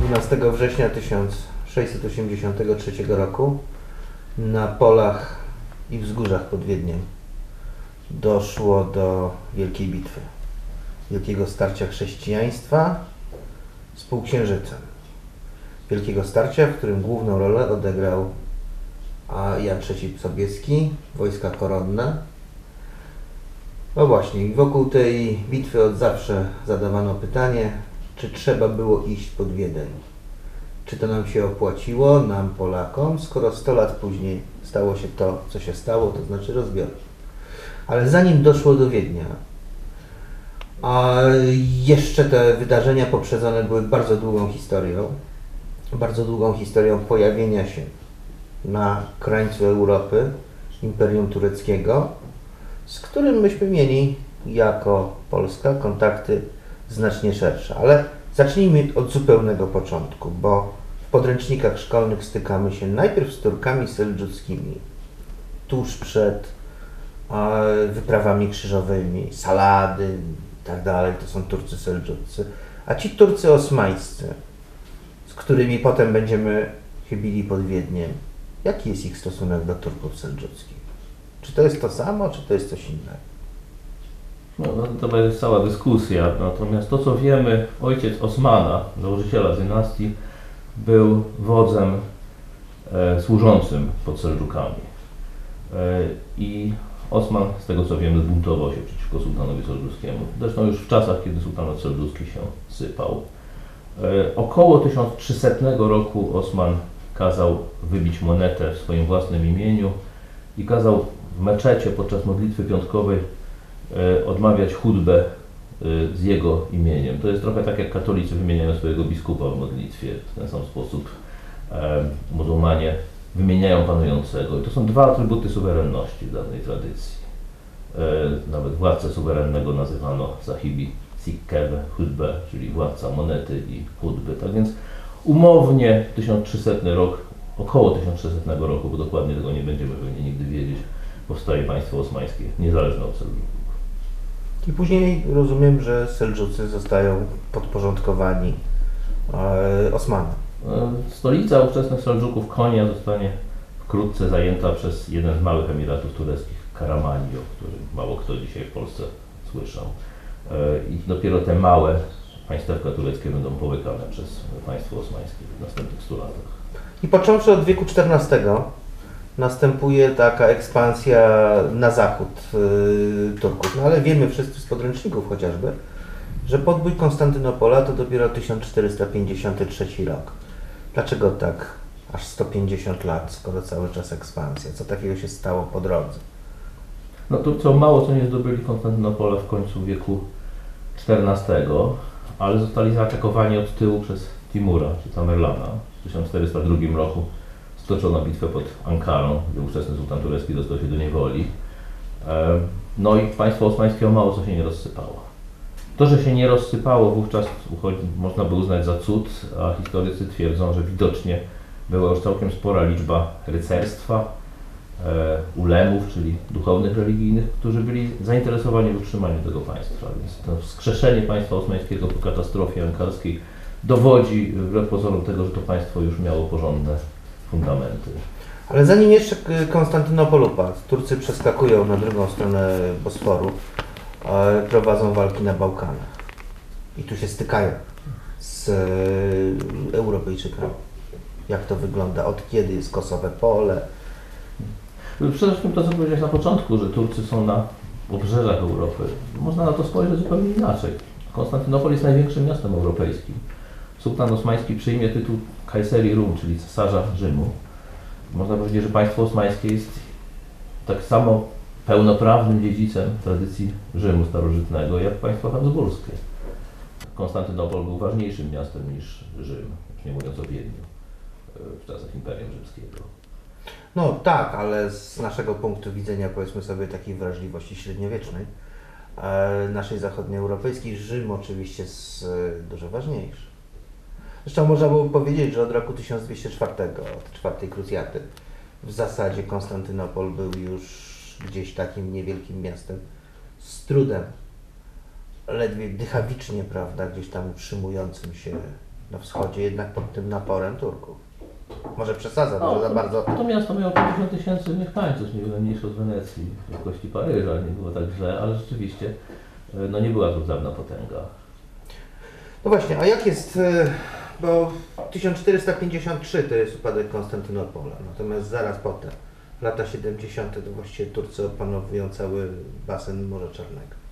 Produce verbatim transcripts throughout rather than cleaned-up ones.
dwunastego września tysiąc sześćset osiemdziesiątego trzeciego roku na polach i wzgórzach pod Wiedniem doszło do wielkiej bitwy, wielkiego starcia chrześcijaństwa z półksiężycem. Wielkiego starcia, w którym główną rolę odegrał Jan trzeci Sobieski, wojska koronne. No właśnie, wokół tej bitwy od zawsze zadawano pytanie, czy trzeba było iść pod Wiedeń. Czy to nam się opłaciło, nam Polakom, skoro sto lat później stało się to, co się stało, to znaczy rozbiór. Ale zanim doszło do Wiednia, a jeszcze te wydarzenia poprzedzone były bardzo długą historią, bardzo długą historią pojawienia się na krańcu Europy Imperium Tureckiego, z którym myśmy mieli jako Polska kontakty znacznie szersze. Ale zacznijmy od zupełnego początku, bo w podręcznikach szkolnych stykamy się najpierw z Turkami seldżuckimi, tuż przed e, wyprawami krzyżowymi, Salady i tak dalej, to są Turcy seldżuccy, a ci Turcy osmańscy, z którymi potem będziemy się bili pod Wiedniem, jaki jest ich stosunek do Turków seldżuckich? Czy to jest to samo, czy to jest coś innego? No, no, to będzie cała dyskusja, natomiast to, co wiemy, ojciec Osmana, założyciela dynastii, był wodzem e, służącym pod Seldżukami. E, I Osman, z tego co wiemy, zbuntował się przeciwko sułtanowi seldżuckiemu. Zresztą już w czasach, kiedy sułtanat seldżucki się sypał. E, około tysiąc trzysetnego roku Osman kazał wybić monetę w swoim własnym imieniu i kazał w meczecie podczas modlitwy piątkowej e, odmawiać hutbę e, z jego imieniem. To jest trochę tak, jak katolicy wymieniają swojego biskupa w modlitwie. W ten sam sposób e, muzułmanie wymieniają panującego. I to są dwa atrybuty suwerenności w dawnej tradycji. E, nawet władcę suwerennego nazywano sahibi sikkeve hutbę, czyli władca monety i hutby. Tak więc umownie tysiąc trzysetny rok, około tysiąc trzysetnego roku, bo dokładnie tego nie będziemy pewnie nigdy wiedzieć, powstaje państwo osmańskie, niezależne od Seldżuków. I później rozumiem, że Seldżucy zostają podporządkowani e, Osmanom. Stolica ówczesnych Seldżuków, Konia, zostanie wkrótce zajęta przez jeden z małych emiratów tureckich, Karamanli, o którym mało kto dzisiaj w Polsce słyszał. I dopiero te małe państewka tureckie będą połykane przez państwo osmańskie w następnych stu latach. I począwszy od wieku czternastego następuje taka ekspansja na zachód yy, Turków. No ale wiemy wszyscy z podręczników chociażby, że podbój Konstantynopola to dopiero tysiąc czterysta pięćdziesiąty trzeci rok. Dlaczego tak aż sto pięćdziesiąt lat, skoro cały czas ekspansja? Co takiego się stało po drodze? No to co mało co nie zdobyli Konstantynopola w końcu wieku czternastego, ale zostali zaatakowani od tyłu przez Timura czy Tamerlana. W tysiąc czterysta drugim roku stoczono bitwę pod Ankarą, gdzie ówczesny sułtan turecki dostał się do niewoli. No i państwo osmańskie o mało co się nie rozsypało. To, że się nie rozsypało, wówczas można by uznać za cud, a historycy twierdzą, że widocznie była już całkiem spora liczba rycerstwa, e, ulemów, czyli duchownych religijnych, którzy byli zainteresowani w utrzymaniu tego państwa. Więc to wskrzeszenie państwa osmańskiego po katastrofie ankarskiej dowodzi wbrew pozorom tego, że to państwo już miało porządne fundamenty. Ale zanim jeszcze Konstantynopol upadł, Turcy przeskakują na drugą stronę Bosforu, prowadzą walki na Bałkanach i tu się stykają z Europejczykami. Jak to wygląda? Od kiedy jest Kosowe Pole? Przede wszystkim to, co powiedziałeś na początku, że Turcy są na obrzeżach Europy. Można na to spojrzeć zupełnie inaczej. Konstantynopol jest największym miastem europejskim. Sułtan osmański przyjmie tytuł Kajseri Rum, czyli cesarza Rzymu. Można powiedzieć, że państwo osmańskie jest tak samo pełnoprawnym dziedzicem tradycji Rzymu starożytnego, jak państwo habsburskie. Konstantynopol był ważniejszym miastem niż Rzym, już nie mówiąc o Wiedniu, w czasach Imperium Rzymskiego. No tak, ale z naszego punktu widzenia, powiedzmy sobie, takiej wrażliwości średniowiecznej, e, naszej zachodnioeuropejskiej, Rzym oczywiście jest e, dużo ważniejszy. Zresztą można było powiedzieć, że od roku tysiąc dwieście czwartego, od czwartej krucjaty, w zasadzie Konstantynopol był już gdzieś takim niewielkim miastem, z trudem, ledwie dychawicznie, prawda, gdzieś tam utrzymującym się na wschodzie, jednak pod tym naporem Turków. Może przesadzam, No, może za to, bardzo... to miasto miało pięćdziesiąt tysięcy mieszkańców, niewiele mniejsze od Wenecji, wielkości Paryża, nie było tak źle, ale rzeczywiście no nie była to dawna potęga. No właśnie, a jak jest, e, bo tysiąc czterysta pięćdziesiąt trzy to jest upadek Konstantynopola, natomiast zaraz potem, lata siedemdziesiąte to właściwie Turcy opanowują cały basen Morza Czarnego.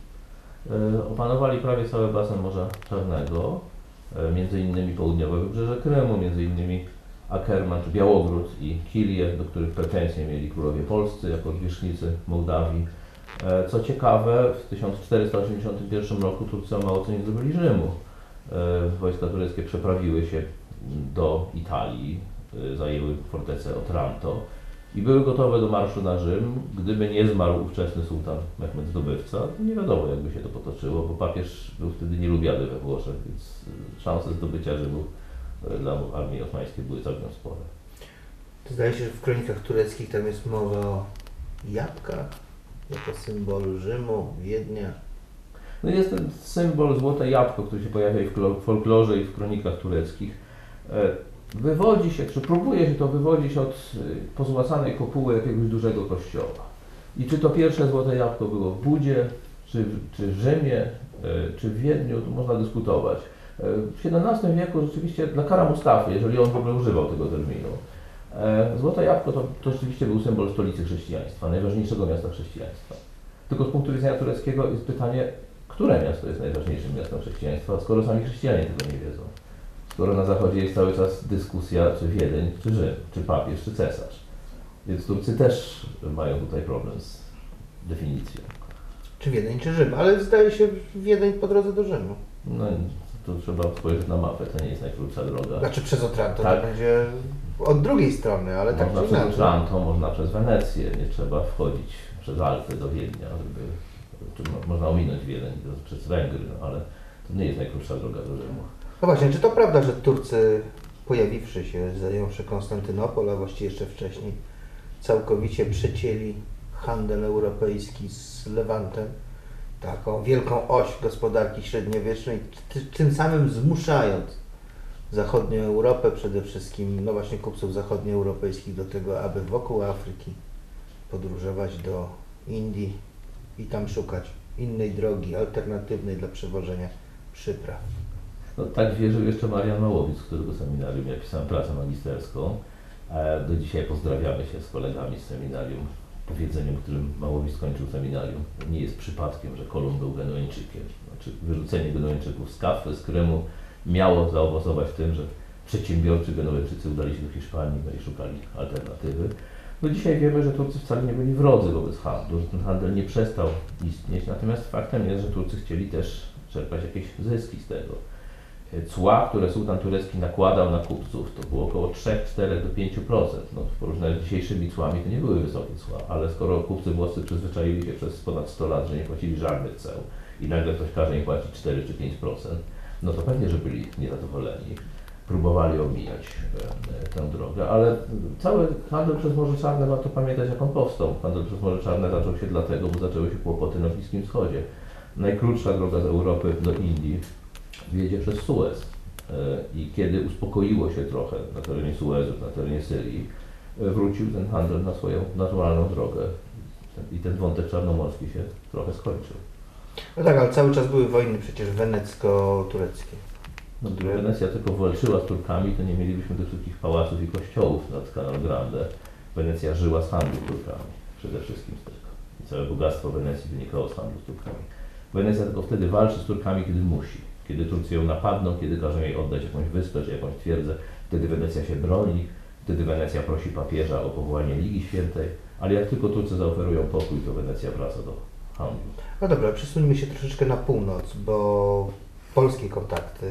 E, Opanowali prawie cały basen Morza Czarnego, e, między innymi południowe wybrzeże Krymu, między innymi Akerman czy Białogród i Kilię, do których pretensje mieli królowie polscy jako zwierzchnicy Mołdawii. E, Co ciekawe, w tysiąc czterysta osiemdziesiątym pierwszym roku Turcy o mało co nie zrobili Rzymu. E, Wojska tureckie przeprawiły się do Italii, e, zajęły fortecę Otranto i były gotowe do marszu na Rzym. Gdyby nie zmarł ówczesny sułtan Mehmed Zdobywca, to nie wiadomo jakby się to potoczyło, bo papież był wtedy nielubiany we Włoszech, więc szanse zdobycia Rzymu dla armii osmańskiej były całkiem spore. Zdaje się, że w kronikach tureckich tam jest mowa o jabłkach jako symbolu Rzymu, Wiednia. No jest ten symbol złote jabłko, który się pojawia i w folklorze i w kronikach tureckich. Wywodzi się, czy próbuje się to wywodzić od pozłacanej kopuły jakiegoś dużego kościoła. I czy to pierwsze złote jabłko było w Budzie, czy, czy w Rzymie, czy w Wiedniu, to można dyskutować. W siedemnastym wieku rzeczywiście dla Kara Mustafy, jeżeli on w ogóle używał tego terminu, złote jabłko to, to rzeczywiście był symbol stolicy chrześcijaństwa, najważniejszego miasta chrześcijaństwa. Tylko z punktu widzenia tureckiego jest pytanie, które miasto jest najważniejszym miastem chrześcijaństwa, skoro sami chrześcijanie tego nie wiedzą. Skoro na zachodzie jest cały czas dyskusja, czy Wiedeń, czy Rzym, czy papież, czy cesarz. Więc Turcy też mają tutaj problem z definicją. Czy Wiedeń, czy Rzym, ale zdaje się Wiedeń po drodze do Rzymu. No to trzeba spojrzeć na mapę, to nie jest najkrótsza droga. Znaczy przez Otranto Tak. to będzie od drugiej strony, ale tak Można czy przez inaczej. Otranto, można przez Wenecję, nie trzeba wchodzić przez Alpy do Wiednia, żeby, czy mo- można ominąć Wiedeń do- przez Węgry, no, ale to nie jest najkrótsza droga do Rzymu. No właśnie, czy to prawda, że Turcy pojawiwszy się, zająwszy Konstantynopol, a właściwie jeszcze wcześniej, całkowicie przecięli handel europejski z Lewantem, taką wielką oś gospodarki średniowiecznej, ty- tym samym zmuszając zachodnią Europę, przede wszystkim, no właśnie kupców zachodnioeuropejskich do tego, aby wokół Afryki podróżować do Indii i tam szukać innej drogi, alternatywnej dla przewożenia przypraw. No, tak wierzył jeszcze Marian Małowic, z którego seminarium ja pisałem pracę magisterską. E, Do dzisiaj pozdrawiamy się z kolegami z seminarium powiedzeniem, którym Małowic skończył seminarium. Nie jest przypadkiem, że Kolumb był Genueńczykiem. Znaczy, wyrzucenie Genueńczyków z Kafy, z Krymu miało zaowocować tym, że przedsiębiorczy Genueńczycy udali się do Hiszpanii no i szukali alternatywy. No dzisiaj wiemy, że Turcy wcale nie byli wrodzy wobec handlu, że ten handel nie przestał istnieć, natomiast faktem jest, że Turcy chcieli też czerpać jakieś zyski z tego. Cła, które sułtan turecki nakładał na kupców, to było około trzy, cztery do pięciu procent. No, w porównaniu z dzisiejszymi cłami to nie były wysokie cła, ale skoro kupcy włoscy przyzwyczaili się przez ponad sto lat, że nie płacili żadnych ceł i nagle ktoś każe im płacić cztery czy pięć procent, no to pewnie, że byli niezadowoleni. Próbowali omijać e, tę drogę, ale cały handel przez Morze Czarne, warto pamiętać, jak on powstał. Handel przez Morze Czarne zaczął się dlatego, bo zaczęły się kłopoty na Bliskim Wschodzie. Najkrótsza droga z Europy do Indii wiedzie przez Suez. E, I kiedy uspokoiło się trochę na terenie Suezu, na terenie Syrii, e, wrócił ten handel na swoją naturalną drogę. I ten wątek czarnomorski się trochę skończył. No tak, ale cały czas były wojny przecież wenecko-tureckie. No, gdyby Wenecja tylko walczyła z Turkami, to nie mielibyśmy tych wszystkich pałaców i kościołów nad Canal Grande. Wenecja żyła z handlu z Turkami, przede wszystkim z tego. I całe bogactwo Wenecji wynikało z handlu z Turkami. Wenecja tylko wtedy walczy z Turkami, kiedy musi. Kiedy Turcy ją napadną, kiedy każą jej oddać jakąś wyspę czy jakąś twierdzę, wtedy Wenecja się broni, wtedy Wenecja prosi papieża o powołanie Ligi Świętej, ale jak tylko Turcy zaoferują pokój, to Wenecja wraca do handlu. No dobra, przesuńmy się troszeczkę na północ, bo polskie kontakty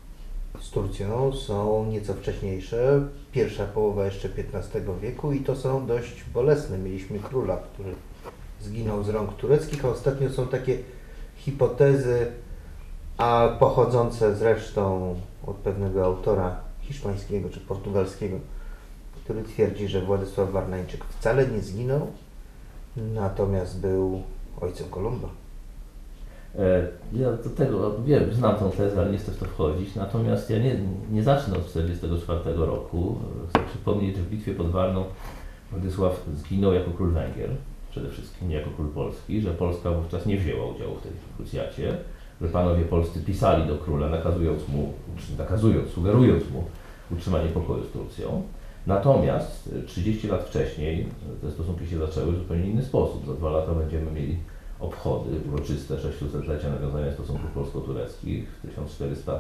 z Turcją są nieco wcześniejsze, pierwsza połowa jeszcze piętnastego wieku i to są dość bolesne. Mieliśmy króla, który zginął z rąk tureckich, a ostatnio są takie hipotezy, a pochodzące zresztą od pewnego autora hiszpańskiego czy portugalskiego, który twierdzi, że Władysław Warnańczyk wcale nie zginął, natomiast był ojcem Kolumba. Ja do tego wiem, znam tą tezę, ale nie chcę w to wchodzić, natomiast ja nie, nie zacznę od tysiąc dziewięćset czterdziestego czwartego roku. Chcę przypomnieć, że w bitwie pod Warną Władysław zginął jako król Węgier, przede wszystkim nie jako król Polski, że Polska wówczas nie wzięła udziału w tej krucjacie, że panowie polscy pisali do króla, nakazując mu, nakazując, sugerując mu utrzymanie pokoju z Turcją. Natomiast trzydzieści lat wcześniej te stosunki się zaczęły w zupełnie inny sposób. Za dwa lata będziemy mieli obchody uroczyste sześciusetlecia nawiązania stosunków polsko-tureckich. W tysiąc czterysta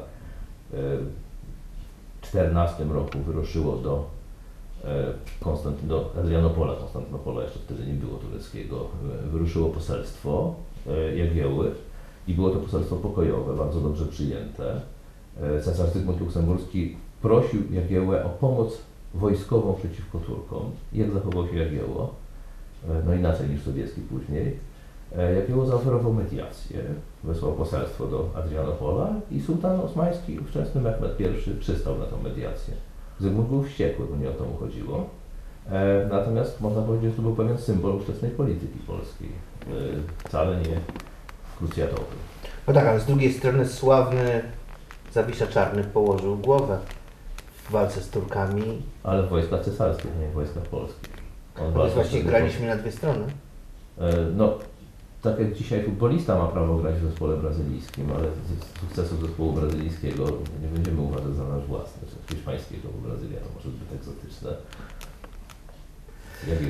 czternastym roku wyruszyło do, Konstanty, do Adrianopola, Konstantynopola jeszcze wtedy nie było tureckiego, wyruszyło poselstwo Jagiełły i było to poselstwo pokojowe, bardzo dobrze przyjęte. Cesarz Zygmunt Luksemburski prosił Jagiełłę o pomoc wojskową przeciwko Turkom. Jak zachował się Jagiełło? No inaczej niż Sobieski później. Jagiełło zaoferował mediację, wysłał poselstwo do Adrianopola i sułtan osmański, ówczesny Mehmed I, przystał na tę mediację. Zygmunt był wściekły, bo nie o to mu chodziło. Natomiast można powiedzieć, że to był pewien symbol ówczesnej polityki polskiej, wcale nie krucjatowy. No tak, ale z drugiej strony sławny Zawisza Czarny położył głowę w walce z Turkami. Ale w wojskach cesarskich, nie w wojskach polskich. On Więc właściwie graliśmy na dwie strony. No, tak jak dzisiaj futbolista ma prawo grać w zespole brazylijskim, ale z sukcesu zespołu brazylijskiego nie będziemy uważać za nasz własny, czy hiszpańskiego, bo Brazylia to może zbyt egzotyczne. Jak...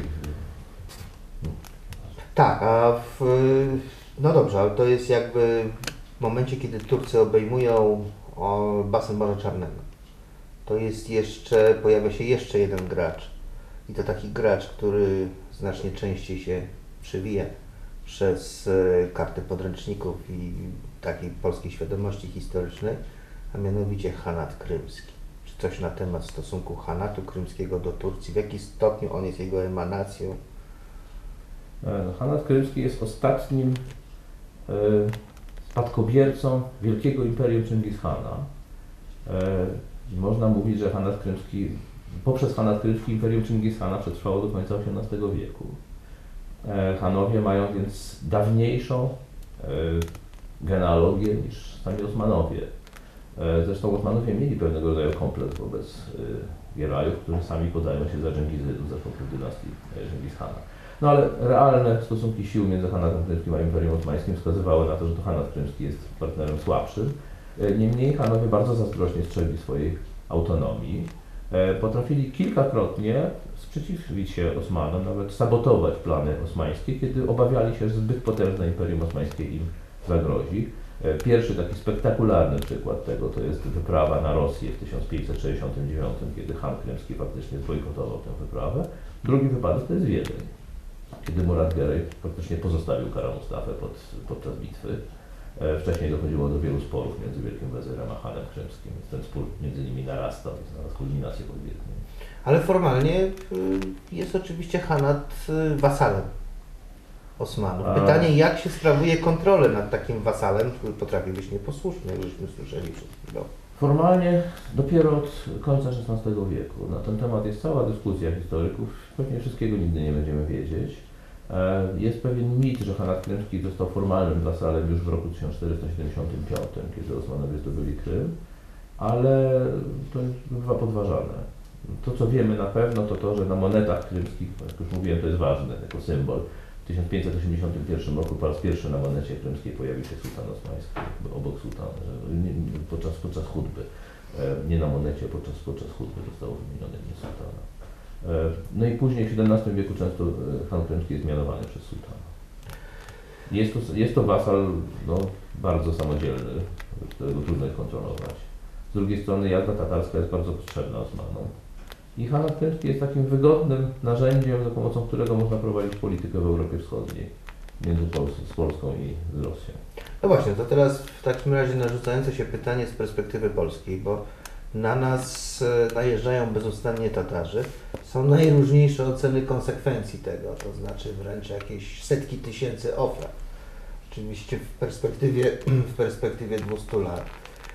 Tak, a w, no dobrze, ale to jest jakby w momencie, kiedy Turcy obejmują o, basen Morza Czarnego. To jest jeszcze, pojawia się jeszcze jeden gracz. I to taki gracz, który znacznie częściej się przewija przez karty podręczników i takiej polskiej świadomości historycznej, a mianowicie Hanat Krymski. Czy coś na temat stosunku Hanatu Krymskiego do Turcji? W jaki stopniu on jest jego emanacją? Hanat Krymski jest ostatnim e, spadkobiercą wielkiego imperium Czingis-Hana. E, można mówić, że Hanat Krymski, poprzez Hanat Krymski imperium Czingis-Hana przetrwało do końca osiemnastego wieku. E, Hanowie mają więc dawniejszą e, genealogię niż sami Osmanowie. E, zresztą Osmanowie mieli pewnego rodzaju kompleks wobec e, Gerajów, którzy sami podają się za Dżengizydów, za członków dynastii Dżengis-Hana. No ale realne stosunki sił między Hanatem Krymskim a Imperium Osmańskim wskazywały na to, że to Hanat Krymski jest partnerem słabszym. Niemniej Hanowie bardzo zazdrośnie strzegli swojej autonomii. Potrafili kilkakrotnie sprzeciwić się Osmanom, nawet sabotować plany osmańskie, kiedy obawiali się, że zbyt potężne Imperium Osmańskie im zagrozi. Pierwszy taki spektakularny przykład tego to jest wyprawa na Rosję w tysiąc pięćset sześćdziesiątym dziewiątym, kiedy Han Krymski faktycznie zbojkotował tę wyprawę. Drugi wypadek to jest Wiedeń, kiedy Murat Gerej praktycznie pozostawił Kara Mustafę pod, podczas bitwy. Wcześniej dochodziło do wielu sporów między Wielkim Wezyrem a Hanem Krymskim, więc ten spór między nimi narastał i znalazł kulminację pod Wiedniem. Ale formalnie jest oczywiście Hanat wasalem Osmanów. Pytanie, jak się sprawuje kontrolę nad takim wasalem, który potrafi być nieposłuszny, jak żeśmy słyszeli przed chwilą. Formalnie dopiero od końca szesnastego wieku. Na ten temat jest cała dyskusja historyków, pewnie wszystkiego nigdy nie będziemy wiedzieć. Jest pewien mit, że Hanat Krymski został formalnym wasalem już w roku tysiąc czterysta siedemdziesiątym piątym, kiedy Osmanowie zdobyli Krym, ale to bywa podważane. To, co wiemy na pewno, to to, że na monetach krymskich, jak już mówiłem, to jest ważne jako symbol. W tysiąc pięćset osiemdziesiątym pierwszym roku po raz pierwszy na monecie krymskiej pojawił się sułtan osmański, obok sułtana, podczas, podczas chutby. Nie na monecie, podczas, podczas chutby zostało wymienione imię sułtana. No i później w siedemnastym wieku często Han Krymski jest mianowany przez sułtana. Jest to, jest to wasal no, bardzo samodzielny, którego trudno jest kontrolować. Z drugiej strony jazda tatarska jest bardzo potrzebna Osmanom. I Hanat Krymski jest takim wygodnym narzędziem, za pomocą którego można prowadzić politykę w Europie Wschodniej, między Pols z Polską i z Rosją. No właśnie, to teraz w takim razie narzucające się pytanie z perspektywy polskiej, bo na nas najeżdżają bezustannie Tatarzy. Są najróżniejsze oceny konsekwencji tego, to znaczy wręcz jakieś setki tysięcy ofiar. Oczywiście w perspektywie, w perspektywie dwustu lat.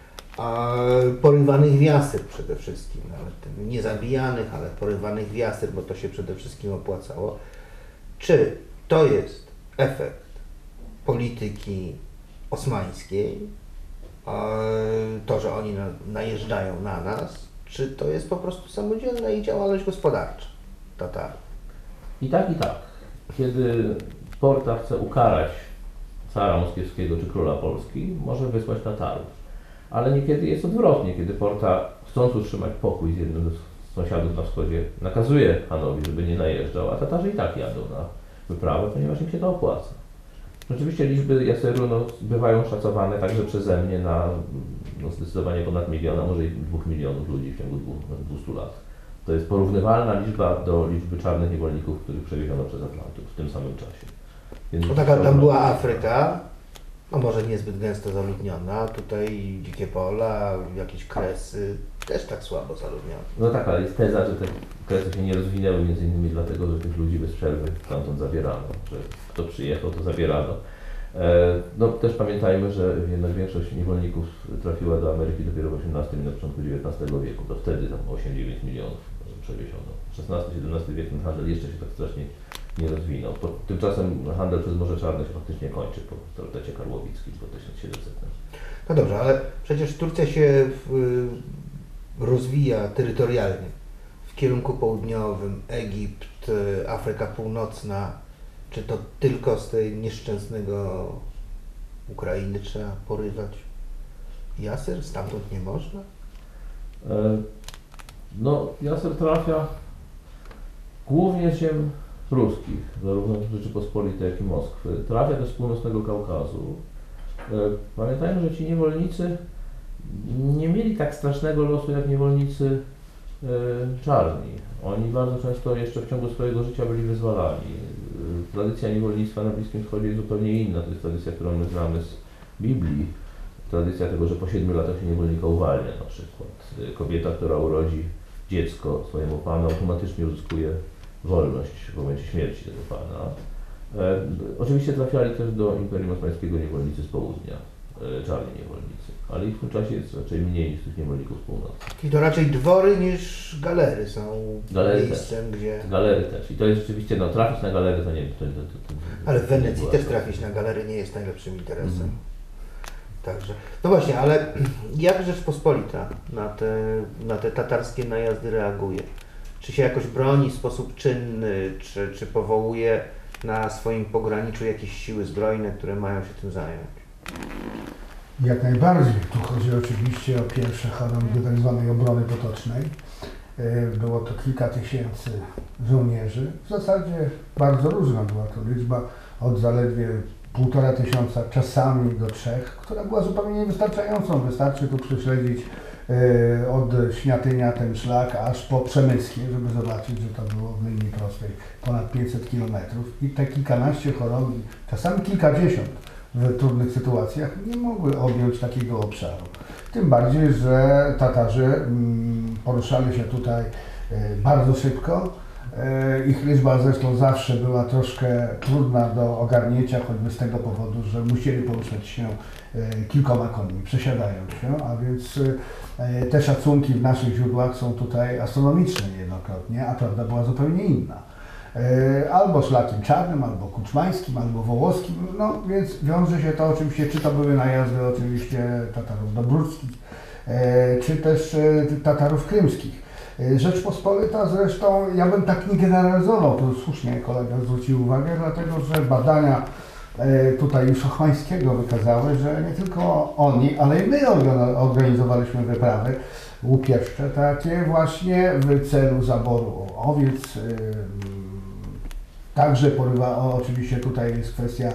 A porywanych w jasyr przede wszystkim, nawet nie zabijanych, ale porywanych w jasyr, bo to się przede wszystkim opłacało. Czy to jest efekt polityki osmańskiej, to, że oni najeżdżają na nas, czy to jest po prostu samodzielna ich działalność gospodarcza Tatarów? I tak, i tak. Kiedy Porta chce ukarać cara moskiewskiego czy króla Polski, może wysłać Tatarów. Ale niekiedy jest odwrotnie, kiedy Porta, chcąc utrzymać pokój z jednym z sąsiadów na wschodzie, nakazuje Hanowi, żeby nie najeżdżał, a Tatarzy i tak jadą na wyprawę, ponieważ im się to opłaca. Rzeczywiście liczby jaseru no, bywają szacowane także przeze mnie na no, zdecydowanie ponad miliona, może i dwóch milionów ludzi w ciągu dwustu lat. To jest porównywalna liczba do liczby czarnych niewolników, których przewieziono przez Atlantyk w tym samym czasie. Więc no taka tam była Afryka, no może niezbyt gęsto zaludniona, tutaj dzikie pola, jakieś kresy, też tak słabo zaludnione. No tak, ale jest teza, że te kresy się nie rozwinęły między innymi dlatego, że tych ludzi bez przerwy stamtąd zabierano, że kto przyjechał, to zabierano. No też pamiętajmy, że jednak większość niewolników trafiła do Ameryki dopiero w osiemnastym i na początku dziewiętnastego wieku, to wtedy tam osiem do dziewięciu milionów przewieziono. szesnasty siedemnasty wiek ten handel jeszcze się tak strasznie nie rozwinął. Po, tymczasem handel przez Morze Czarne się faktycznie kończy po traktecie karłowickim po tysiąc siedemsetnym. No dobrze, ale przecież Turcja się w, rozwija terytorialnie w kierunku południowym, Egipt, Afryka Północna. Czy to tylko z tej nieszczęsnego Ukrainy trzeba porywać jaser? Stamtąd nie można? No, jaser trafia głównie z ziem ruskich, zarówno Rzeczypospolitej, jak i Moskwy. Trafia też z północnego Kaukazu. Pamiętajmy, że ci niewolnicy nie mieli tak strasznego losu jak niewolnicy czarni. Oni bardzo często jeszcze w ciągu swojego życia byli wyzwalani. Tradycja niewolnictwa na Bliskim Wschodzie jest zupełnie inna. To jest tradycja, którą my znamy z Biblii. Tradycja tego, że po siedmiu latach się niewolnika uwalnia na przykład. Kobieta, która urodzi dziecko swojemu panu, automatycznie uzyskuje wolność w momencie śmierci tego pana. E, oczywiście trafiali też do Imperium Osmańskiego niewolnicy z południa, e, czarni niewolnicy, ale ich w tym czasie jest raczej mniej niż tych niewolników z północy. I to raczej dwory niż galery są galery miejscem, też. gdzie... Galery też. I to jest rzeczywiście, no trafić na galery to nie wiem. To, to, to, to, ale w Wenecji to też trafić na galery nie jest najlepszym interesem. Mm. Także, no właśnie, ale jak Rzeczpospolita na te, na te tatarskie najazdy reaguje? Czy się jakoś broni w sposób czynny, czy, czy powołuje na swoim pograniczu jakieś siły zbrojne, które mają się tym zająć? Jak najbardziej. Tu chodzi oczywiście o pierwsze chorągwie tak zwanej obrony potocznej. Było to kilka tysięcy żołnierzy. W zasadzie bardzo różna była to liczba, od zaledwie półtora tysiąca czasami do trzech, która była zupełnie niewystarczającą. Wystarczy tu prześledzić e, od Śniatynia ten szlak aż po Przemyskie, żeby zobaczyć, że to było w linii prostej ponad pięćset kilometrów i te kilkanaście chorągwi, czasami kilkadziesiąt w trudnych sytuacjach nie mogły objąć takiego obszaru. Tym bardziej, że Tatarzy mm, poruszali się tutaj e, bardzo szybko. Ich liczba zresztą zawsze była troszkę trudna do ogarnięcia, choćby z tego powodu, że musieli poruszać się kilkoma końmi, przesiadając się, a więc te szacunki w naszych źródłach są tutaj astronomiczne niejednokrotnie, a prawda była zupełnie inna. Albo szlakiem czarnym, albo kuczmańskim, albo wołoskim, no więc wiąże się to oczywiście, czy to były najazdy oczywiście Tatarów dobruckich, czy też Tatarów krymskich. Rzeczpospolita zresztą, ja bym tak nie generalizował, to słusznie kolega zwrócił uwagę, dlatego że badania tutaj Szochmańskiego wykazały, że nie tylko oni, ale i my organizowaliśmy wyprawy łupieszcze takie właśnie w celu zaboru owiec. Także porywa, oczywiście tutaj jest kwestia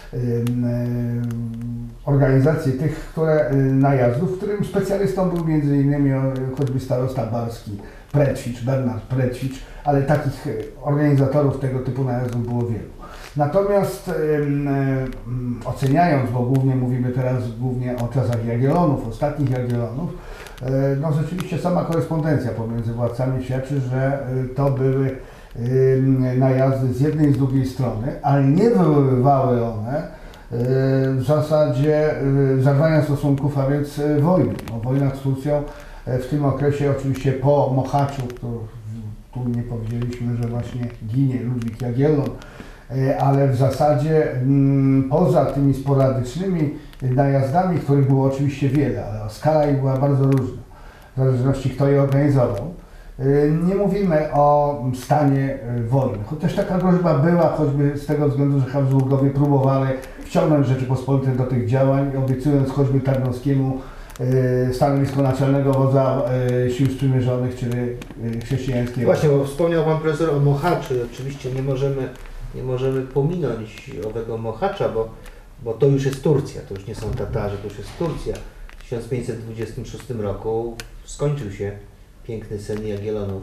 organizacji tych które, najazdów, w którym specjalistą był między innymi choćby starosta barski Precwicz, Bernard Precwicz, ale takich organizatorów tego typu najazdów było wielu. Natomiast um, oceniając, bo głównie mówimy teraz głównie o czasach Jagiellonów, ostatnich Jagiellonów, no rzeczywiście sama korespondencja pomiędzy władcami świadczy, że to były najazdy z jednej i z drugiej strony, ale nie wywoływały one w zasadzie zerwania stosunków, a więc wojny. No, wojna z Turcją w tym okresie oczywiście po Mochaczu, to tu nie powiedzieliśmy, że właśnie ginie Ludwik Jagiellon, ale w zasadzie mm, poza tymi sporadycznymi najazdami, których było oczywiście wiele, ale skala ich była bardzo różna, w zależności kto je organizował. Nie mówimy o stanie wojny, chociaż taka groźba była, choćby z tego względu, że Habsburgowie próbowali wciągnąć Rzeczypospolite do tych działań, obiecując choćby Tarnowskiemu stanowisko naczelnego wodza sił sprzymierzonych, czyli chrześcijańskiego. Właśnie, bo wspomniał Pan Profesor o Mohaczu i oczywiście nie możemy, nie możemy pominąć owego Mohacza, bo, bo to już jest Turcja, to już nie są Tatarzy, to już jest Turcja. W tysiąc pięćset dwudziestym szóstym roku skończył się piękny sen Jagiellonów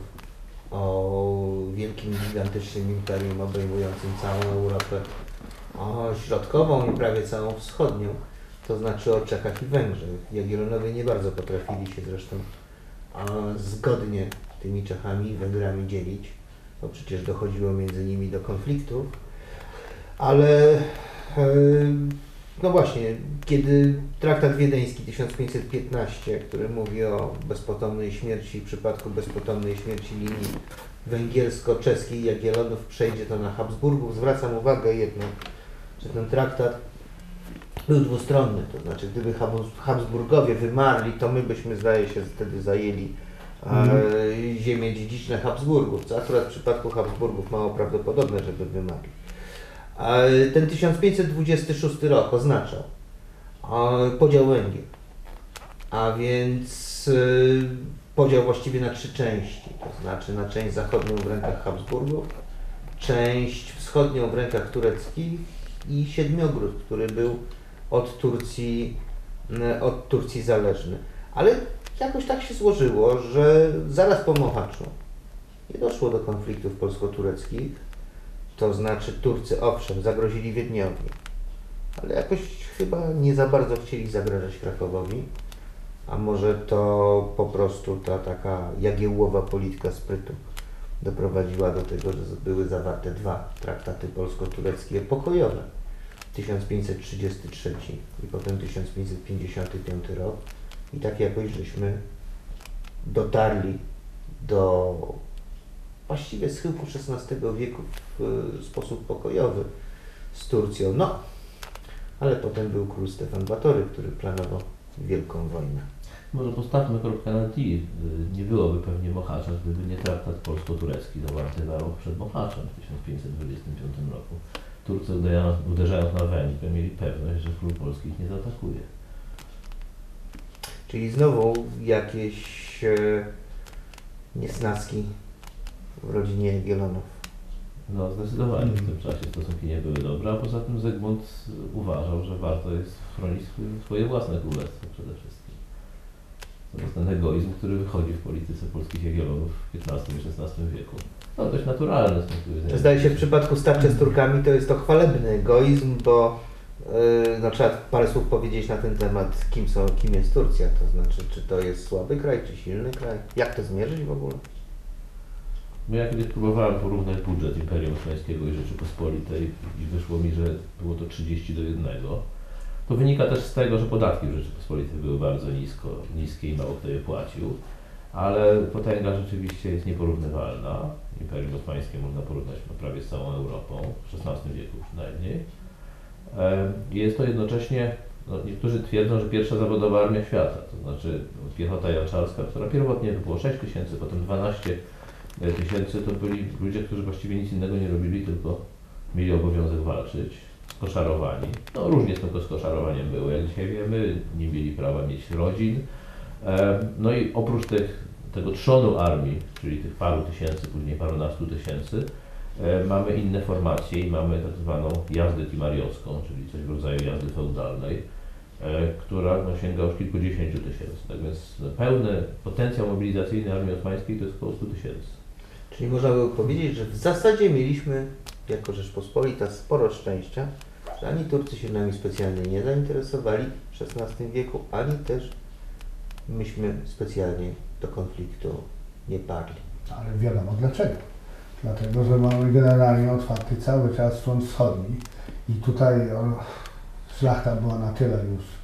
o wielkim, gigantycznym imperium obejmującym całą Europę, o środkową i prawie całą wschodnią, to znaczy o Czechach i Węgrzech. Jagiellonowie nie bardzo potrafili się zresztą a, zgodnie tymi Czechami i Węgrami dzielić, bo przecież dochodziło między nimi do konfliktów, ale yy, no właśnie, kiedy traktat wiedeński tysiąc pięćset piętnaście, który mówi o bezpotomnej śmierci, w przypadku bezpotomnej śmierci linii węgiersko-czeskiej Jagiellonów przejdzie to na Habsburgów, zwracam uwagę jedno, że ten traktat był dwustronny, to znaczy gdyby Habsburgowie wymarli, to my byśmy zdaje się wtedy zajęli mm. e, ziemię dziedziczne Habsburgów, co akurat w przypadku Habsburgów mało prawdopodobne, żeby wymarli. Ten tysiąc pięćset dwudziesty szósty rok oznaczał podział Węgier, a więc podział właściwie na trzy części, to znaczy na część zachodnią w rękach Habsburgów, część wschodnią w rękach tureckich i Siedmiogród, który był od Turcji, od Turcji zależny. Ale jakoś tak się złożyło, że zaraz po Mohaczu nie doszło do konfliktów polsko-tureckich. To znaczy Turcy, owszem, zagrozili Wiedniowi, ale jakoś chyba nie za bardzo chcieli zagrażać Krakowowi, a może to po prostu ta taka jagiełłowa polityka sprytu doprowadziła do tego, że były zawarte dwa traktaty polsko-tureckie pokojowe, tysiąc pięćset trzydziesty trzeci i potem tysiąc pięćset pięćdziesiąty piąty rok i tak jakoś żeśmy dotarli do właściwie schyłku szesnastego wieku w sposób pokojowy z Turcją. No, ale potem był król Stefan Batory, który planował wielką wojnę. Może postawmy kropkę na T. Nie byłoby pewnie Mohacza, gdyby nie traktat polsko-turecki zawarty na rok przed Mohaczem w tysiąc pięćset dwudziestym piątym roku. Turcy uderzając, uderzając na Węgry mieli pewność, że król Polski ich nie zaatakuje. Czyli znowu jakieś e, niesnaski w rodzinie Jagiellonów. No zdecydowanie w tym czasie stosunki nie były dobre, a poza tym Zygmunt uważał, że warto jest chronić swoje własne królestwo przede wszystkim. To jest ten egoizm, który wychodzi w polityce polskich Jagiellonów w piętnastym i szesnastym wieku. No dość naturalne z punktu widzenia. Zdaje się w przypadku starcia z Turkami to jest to chwalebny egoizm, bo yy, no, trzeba parę słów powiedzieć na ten temat, kim, są, kim jest Turcja, to znaczy czy to jest słaby kraj, czy silny kraj, jak to zmierzyć w ogóle? No ja kiedyś próbowałem porównać budżet Imperium Osmańskiego i Rzeczypospolitej i wyszło mi, że było to trzydzieści do jednego. To wynika też z tego, że podatki w Rzeczypospolitej były bardzo nisko, niskie i mało kto je płacił, ale potęga rzeczywiście jest nieporównywalna. Imperium Osmańskie można porównać prawie z całą Europą, w szesnastym wieku przynajmniej. Jest to jednocześnie, no niektórzy twierdzą, że pierwsza zawodowa armia świata, to znaczy piechota janczarska, która pierwotnie to było sześć tysięcy, potem dwanaście tysięcy, to byli ludzie, którzy właściwie nic innego nie robili, tylko mieli obowiązek walczyć, skoszarowani. No różnie z tym skoszarowaniem było, jak dzisiaj wiemy, nie mieli prawa mieć rodzin. No i oprócz tych, tego trzonu armii, czyli tych paru tysięcy, później parunastu tysięcy, mamy inne formacje i mamy tak zwaną jazdę timariowską, czyli coś w rodzaju jazdy feudalnej, która no, sięga już kilkudziesięciu tysięcy. Tak więc pełny potencjał mobilizacyjny armii osmańskiej to jest około stu tysięcy. Czyli można by powiedzieć, że w zasadzie mieliśmy jako Rzeczpospolita sporo szczęścia, że ani Turcy się nami specjalnie nie zainteresowali w szesnastym wieku, ani też myśmy specjalnie do konfliktu nie parli. Ale wiadomo dlaczego. Dlatego, że mamy generalnie otwarty cały czas front wschodni i tutaj o, szlachta była na tyle już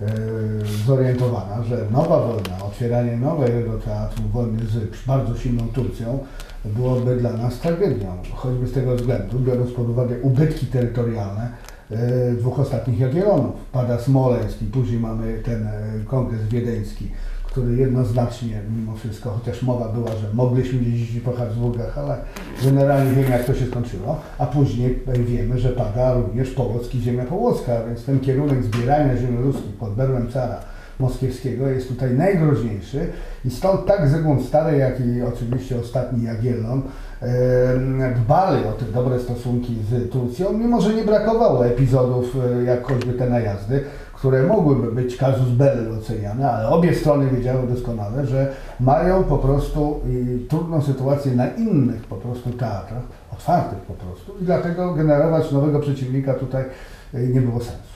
zorientowana, że nowa wojna, otwieranie nowego teatru wojny z bardzo silną Turcją byłoby dla nas tragedią, choćby z tego względu, biorąc pod uwagę ubytki terytorialne dwóch ostatnich Jagiellonów. Pada Smoleńsk i później mamy ten kongres wiedeński, który jednoznacznie mimo wszystko, chociaż mowa była, że mogliśmy jeździć po Habsburgach, ale generalnie wiemy, jak to się skończyło, a później wiemy, że pada również Połock i ziemia połocka, więc ten kierunek zbierania ziemi ruskich pod berłem cara moskiewskiego jest tutaj najgroźniejszy i stąd tak Zygmunt Stary, jak i oczywiście ostatni Jagiellon e, dbali o te dobre stosunki z Turcją, mimo że nie brakowało epizodów, e, jak choćby te najazdy, które mogłyby być casus belli oceniane, ale obie strony wiedziały doskonale, że mają po prostu y, trudną sytuację na innych po prostu teatrach, otwartych po prostu i dlatego generować nowego przeciwnika tutaj y, nie było sensu.